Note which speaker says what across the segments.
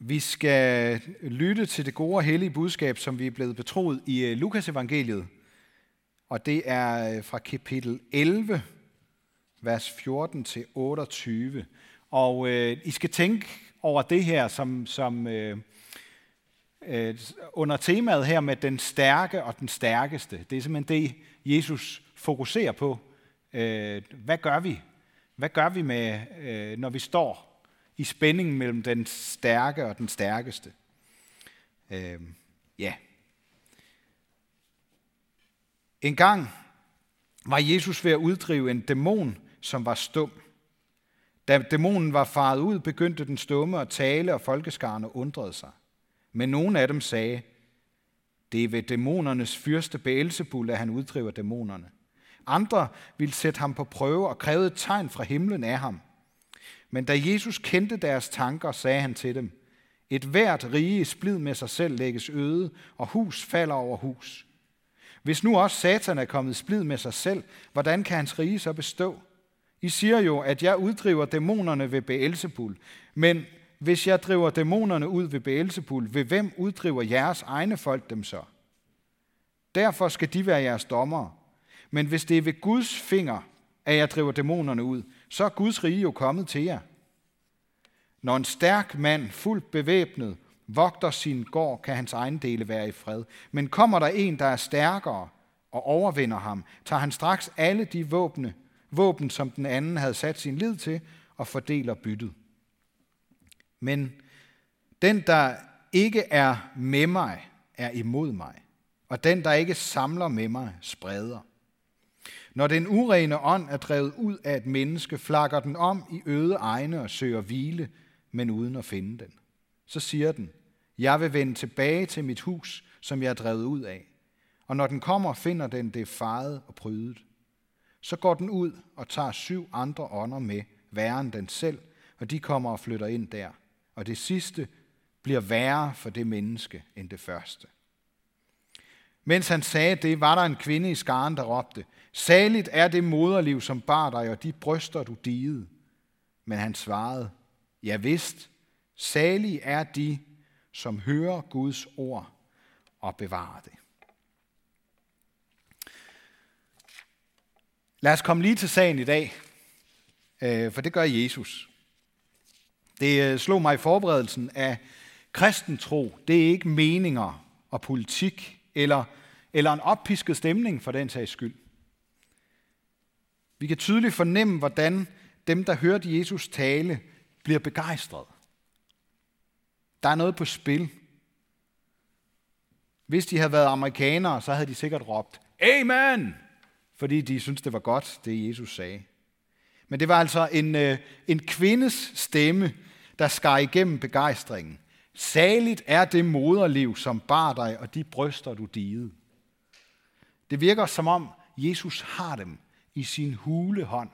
Speaker 1: Vi skal lytte til det gode og hellige budskab, som vi er blevet betroet i Lukas evangeliet. Og det er fra kapitel 11, vers 14-28. Og I skal tænke over det her som under temaet her med den stærke og den stærkeste. Det er simpelthen det, Jesus fokuserer på. Hvad gør vi? Hvad gør vi med, når vi står i spændingen mellem den stærke og den stærkeste? En gang var Jesus ved at uddrive en dæmon, som var stum. Da dæmonen var faret ud, begyndte den stumme at tale, og folkeskarne undrede sig. Men nogle af dem sagde, det er ved dæmonernes fyrste Beelzebul, at han uddriver dæmonerne. Andre ville sætte ham på prøve og krævede et tegn fra himlen af ham. Men da Jesus kendte deres tanker, sagde han til dem, et hvert rige i splid med sig selv lægges øde, og hus falder over hus. Hvis nu også Satan er kommet i splid med sig selv, hvordan kan hans rige så bestå? I siger jo, at jeg uddriver dæmonerne ved Beelzebul, men hvis jeg driver dæmonerne ud ved Beelzebul, ved hvem uddriver jeres egne folk dem så? Derfor skal de være jeres dommere. Men hvis det er ved Guds finger, at jeg driver dæmonerne ud, så er Guds rige jo kommet til jer. Når en stærk mand, fuldt bevæbnet, vogter sin gård, kan hans ejendele være i fred. Men kommer der en, der er stærkere og overvinder ham, tager han straks alle de våben, som den anden havde sat sin lid til, og fordeler byttet. Men den, der ikke er med mig, er imod mig, og den, der ikke samler med mig, spreder. Når den urene ånd er drevet ud af et menneske, flakker den om i øde egne og søger hvile, men uden at finde den. Så siger den, jeg vil vende tilbage til mit hus, som jeg er drevet ud af. Og når den kommer, finder den det faret og prydet. Så går den ud og tager 7 andre ånder med, værre end den selv, og de kommer og flytter ind der. Og det sidste bliver værre for det menneske end det første. Mens han sagde det, var der en kvinde i skaren, der råbte, saligt er det moderliv, som bar dig, og de bryster, du digede. Men han svarede, ja vist, salige er de, som hører Guds ord og bevarer det. Lad os komme lige til sagen i dag, for det gør Jesus. Det slog mig i forberedelsen af kristentro. Det er ikke meninger og politik eller en oppisket stemning for den sags skyld. Vi kan tydeligt fornemme, hvordan dem, der hørte Jesus tale, bliver begejstret. Der er noget på spil. Hvis de havde været amerikanere, så havde de sikkert råbt, Amen! Fordi de syntes, det var godt, det Jesus sagde. Men det var altså en kvindes stemme, der skar igennem begejstringen. Saligt er det moderliv, som bar dig, og de bryster, du digede. Det virker som om, Jesus har dem i sin hule hånd.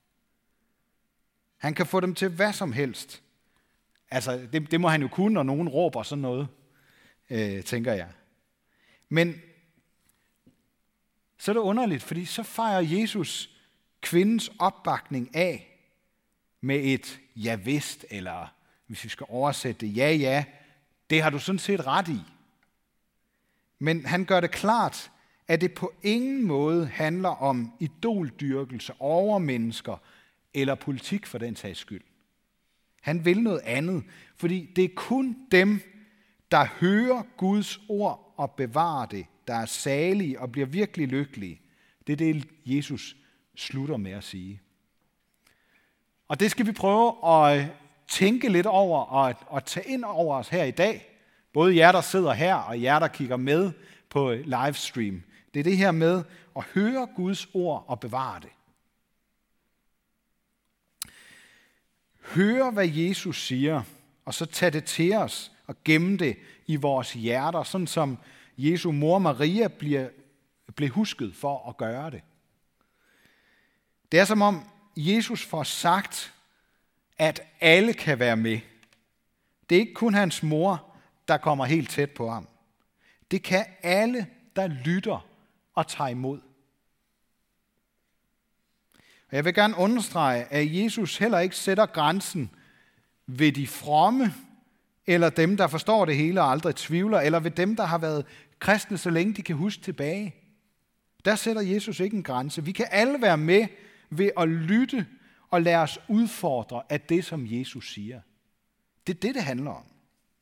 Speaker 1: Han kan få dem til hvad som helst. Altså, det må han jo kunne, når nogen råber sådan noget, tænker jeg. Men så er det underligt, fordi så fejrer Jesus kvindens opbakning af med et ja vist, eller hvis vi skal oversætte det, ja, det har du sådan set ret i. Men han gør det klart, at det på ingen måde handler om idoldyrkelse, overmennesker eller politik for den sags skyld. Han vil noget andet, fordi det er kun dem, der hører Guds ord og bevarer det, der er salige og bliver virkelig lykkelige. Det er det, Jesus slutter med at sige. Og det skal vi prøve at tænke lidt over og tage ind over os her i dag. Både jer, der sidder her, og jer, der kigger med på livestream. Det er det her med at høre Guds ord og bevare det. Høre, hvad Jesus siger, og så tage det til os og gemme det i vores hjerter, sådan som Jesu mor Maria blev husket for at gøre det. Det er som om Jesus får sagt, at alle kan være med. Det er ikke kun hans mor, der kommer helt tæt på ham. Det kan alle, der lytter og tager imod. Og jeg vil gerne understrege, at Jesus heller ikke sætter grænsen ved de fromme eller dem, der forstår det hele og aldrig tvivler, eller ved dem, der har været kristne, så længe de kan huske tilbage. Der sætter Jesus ikke en grænse. Vi kan alle være med ved at lytte og lade os udfordre af det, som Jesus siger. Det er det, det handler om.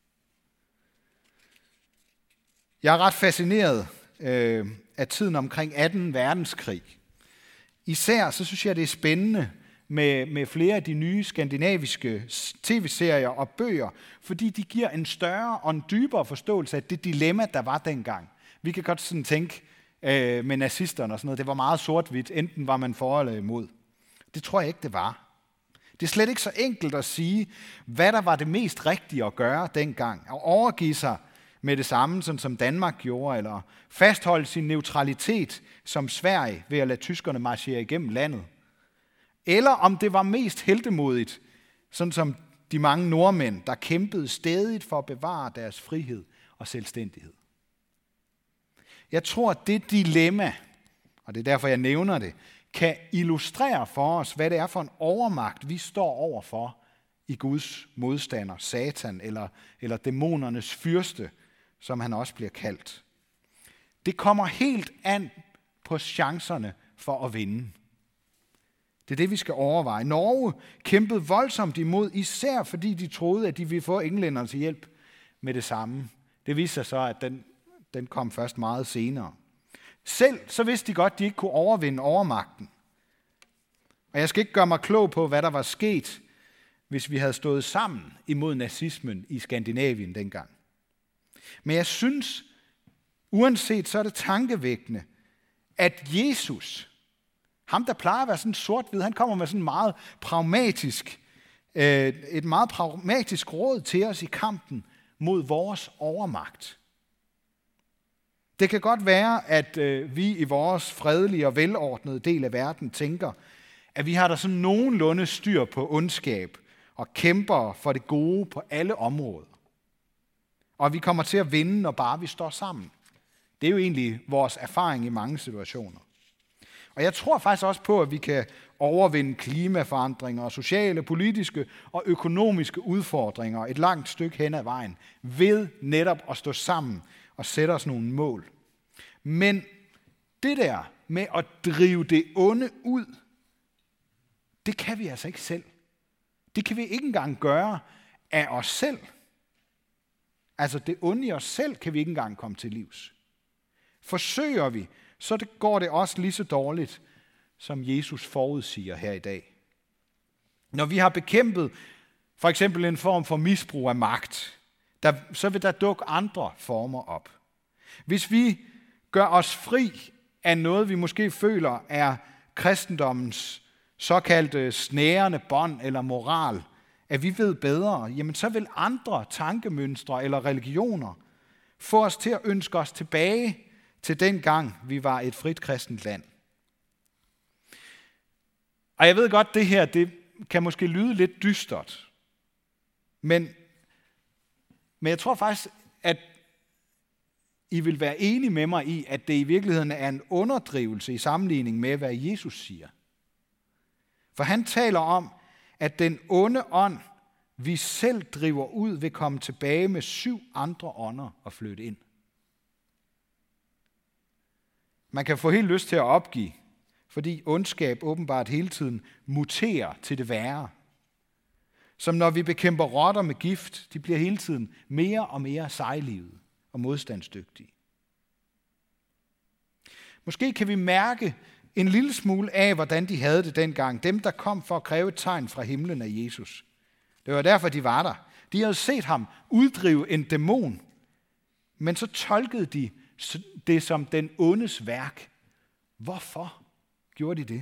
Speaker 1: Jeg er ret fascineret af tiden omkring 18. verdenskrig. Især så synes jeg, det er spændende med flere af de nye skandinaviske tv-serier og bøger, fordi de giver en større og en dybere forståelse af det dilemma, der var dengang. Vi kan godt sådan tænke med nazisterne og sådan noget, det var meget sort-hvidt, enten var man for eller imod. Det tror jeg ikke, det var. Det er slet ikke så enkelt at sige, hvad der var det mest rigtige at gøre dengang. At overgive sig med det samme, sådan som Danmark gjorde, eller fastholde sin neutralitet som Sverige ved at lade tyskerne marchere igennem landet. Eller om det var mest heltemodigt, sådan som de mange nordmænd, der kæmpede stædigt for at bevare deres frihed og selvstændighed. Jeg tror, at det dilemma, og det er derfor, jeg nævner det, kan illustrere for os, hvad det er for en overmagt, vi står overfor i Guds modstander, Satan, eller dæmonernes fyrste, som han også bliver kaldt. Det kommer helt an på chancerne for at vinde. Det er det, vi skal overveje. Norge kæmpede voldsomt imod, især fordi de troede, at de ville få englænderne til hjælp med det samme. Det viste sig så, at den kom først meget senere. Selv så vidste de godt, at de ikke kunne overvinde overmagten. Og jeg skal ikke gøre mig klog på, hvad der var sket, hvis vi havde stået sammen imod nazismen i Skandinavien dengang. Men jeg synes, uanset så er det tankevækkende, at Jesus, ham der plejer at være sådan sort-hvid, han kommer med sådan et meget pragmatisk råd til os i kampen mod vores overmagt. Det kan godt være, at vi i vores fredelige og velordnede del af verden tænker, at vi har der sådan nogenlunde styr på ondskab og kæmper for det gode på alle områder. Og vi kommer til at vinde, når bare vi står sammen. Det er jo egentlig vores erfaring i mange situationer. Og jeg tror faktisk også på, at vi kan overvinde klimaforandringer og sociale, politiske og økonomiske udfordringer et langt stykke hen ad vejen, ved netop at stå sammen og sætte os nogle mål. Men det der med at drive det onde ud, det kan vi altså ikke selv. Det kan vi ikke engang gøre af os selv. Altså det onde i os selv kan vi ikke engang komme til livs. Forsøger vi, så går det også lige så dårligt, som Jesus forudsiger her i dag. Når vi har bekæmpet for eksempel en form for misbrug af magt, så vil der dukke andre former op. Hvis vi gør os fri af noget, vi måske føler er kristendommens såkaldte snærende bånd eller moral, at vi ved bedre, jamen så vil andre tankemønstre eller religioner få os til at ønske os tilbage til den gang, vi var et frit kristent land. Og jeg ved godt, det her det kan måske lyde lidt dystert, men jeg tror faktisk, at I vil være enige med mig i, at det i virkeligheden er en underdrivelse i sammenligning med, hvad Jesus siger. For han taler om, at den onde ånd, vi selv driver ud, vil komme tilbage med 7 andre ånder og flytte ind. Man kan få helt lyst til at opgive, fordi ondskab åbenbart hele tiden muterer til det værre. Som når vi bekæmper rotter med gift, de bliver hele tiden mere og mere sejlivede og modstandsdygtige. Måske kan vi mærke en lille smule af, hvordan de havde det dengang. Dem, der kom for at kræve et tegn fra himlen af Jesus. Det var derfor, de var der. De havde set ham uddrive en dæmon, men så tolkede de det som den ondes værk. Hvorfor gjorde de det?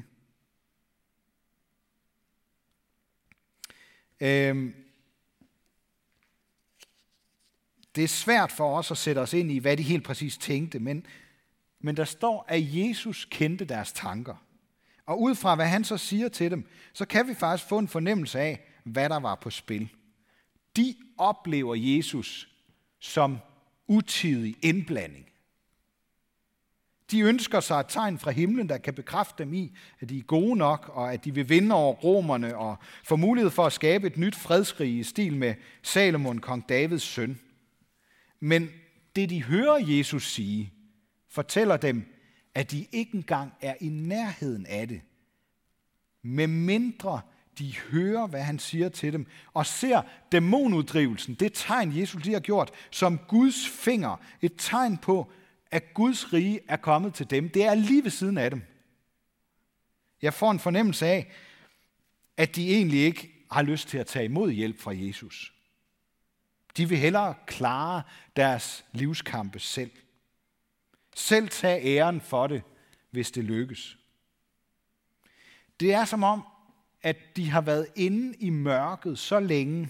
Speaker 1: Det er svært for os at sætte os ind i, hvad de helt præcis tænkte, men der står, at Jesus kendte deres tanker. Og ud fra, hvad han så siger til dem, så kan vi faktisk få en fornemmelse af, hvad der var på spil. De oplever Jesus som utidig indblanding. De ønsker sig et tegn fra himlen, der kan bekræfte dem i, at de er gode nok, og at de vil vinde over romerne og få mulighed for at skabe et nyt fredsrige i stil med Salomon, kong Davids søn. Men det, de hører Jesus sige, fortæller dem, at de ikke engang er i nærheden af det, medmindre de hører, hvad han siger til dem, og ser dæmonuddrivelsen, det tegn, Jesus lige har gjort, som Guds finger, et tegn på, at Guds rige er kommet til dem. Det er lige ved siden af dem. Jeg får en fornemmelse af, at de egentlig ikke har lyst til at tage imod hjælp fra Jesus. De vil hellere klare deres livskampe selv. Selv tage æren for det, hvis det lykkes. Det er som om, at de har været inde i mørket så længe,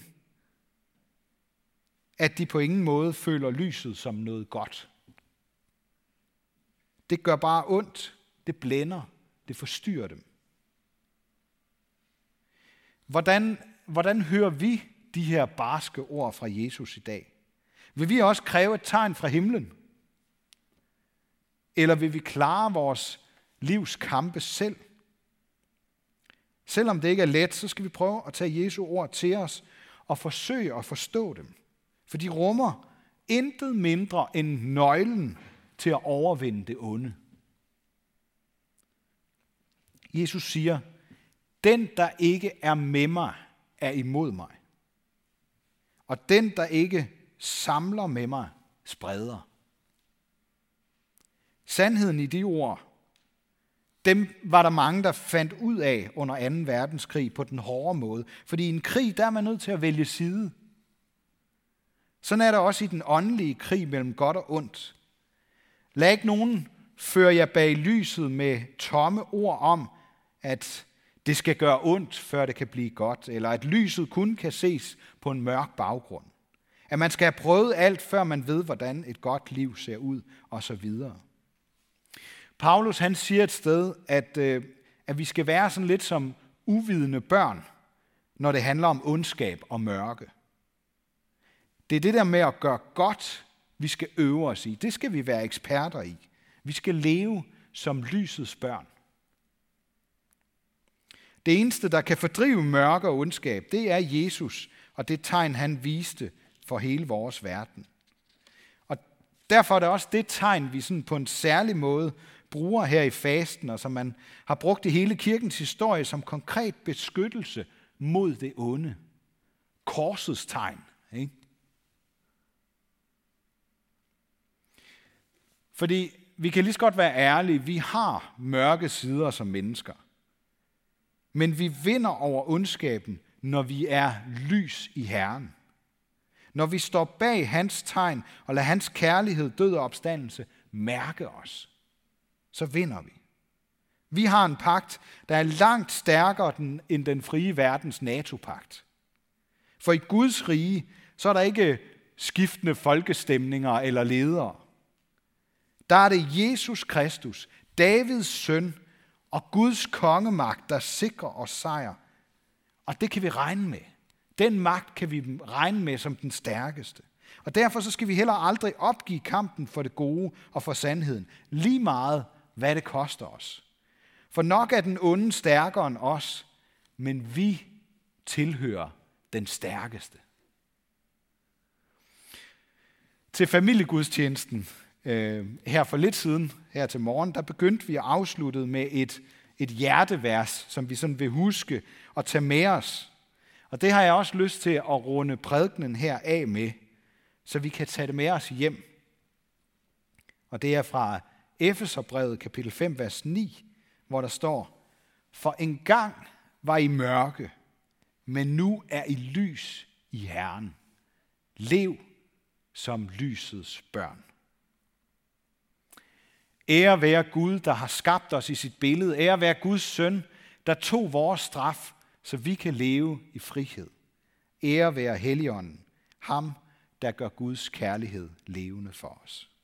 Speaker 1: at de på ingen måde føler lyset som noget godt. Det gør bare ondt, det blænder, det forstyrrer dem. Hvordan hører vi de her barske ord fra Jesus i dag? Vil vi også kræve et tegn fra himlen? Eller vil vi klare vores livs kampe selv? Selvom det ikke er let, så skal vi prøve at tage Jesu ord til os og forsøge at forstå dem. For de rummer intet mindre end nøglen til at overvinde det onde. Jesus siger, den der ikke er med mig, er imod mig. Og den der ikke samler med mig, spreder. Sandheden i de ord, dem var der mange, der fandt ud af under 2. verdenskrig på den hårde måde. Fordi i en krig, der er man nødt til at vælge side. Sådan er der også i den åndelige krig mellem godt og ondt. Lad ikke nogen føre jer bag lyset med tomme ord om, at det skal gøre ondt, før det kan blive godt, eller at lyset kun kan ses på en mørk baggrund. At man skal have prøvet alt, før man ved, hvordan et godt liv ser ud, osv. Paulus han siger et sted, at vi skal være sådan lidt som uvidende børn, når det handler om ondskab og mørke. Det er det der med at gøre godt, vi skal øve os i. Det skal vi være eksperter i. Vi skal leve som lysets børn. Det eneste, der kan fordrive mørke og ondskab, det er Jesus og det tegn, han viste for hele vores verden. Og derfor er det også det tegn, vi sådan på en særlig måde bruger her i fasten, og som man har brugt i hele kirkens historie som konkret beskyttelse mod det onde. Korsets tegn, ikke? Fordi vi kan lige så godt være ærlige, vi har mørke sider som mennesker. Men vi vinder over ondskaben, når vi er lys i Herren. Når vi står bag hans tegn og lader hans kærlighed, død og opstandelse mærke os, så vinder vi. Vi har en pagt, der er langt stærkere end den frie verdens NATO-pagt. For i Guds rige, så er der ikke skiftende folkestemninger eller ledere. Der er det Jesus Kristus, Davids søn og Guds kongemagt, der sikrer os sejr. Og det kan vi regne med. Den magt kan vi regne med som den stærkeste. Og derfor så skal vi heller aldrig opgive kampen for det gode og for sandheden. Lige meget, hvad det koster os. For nok er den onde stærkere end os, men vi tilhører den stærkeste. Til familiegudstjenesten her for lidt siden, her til morgen, der begyndte vi at afslutte med et hjertevers, som vi sådan vil huske og tage med os. Og det har jeg også lyst til at runde prædikenen her af med, så vi kan tage det med os hjem. Og det er fra Efeserbrevet kapitel 5, vers 9, hvor der står, for engang var I mørke, men nu er I lys i Herren. Lev som lysets børn. Ære være Gud, der har skabt os i sit billede. Ære være Guds søn, der tog vores straf, så vi kan leve i frihed. Ære være Helligånden, ham, der gør Guds kærlighed levende for os.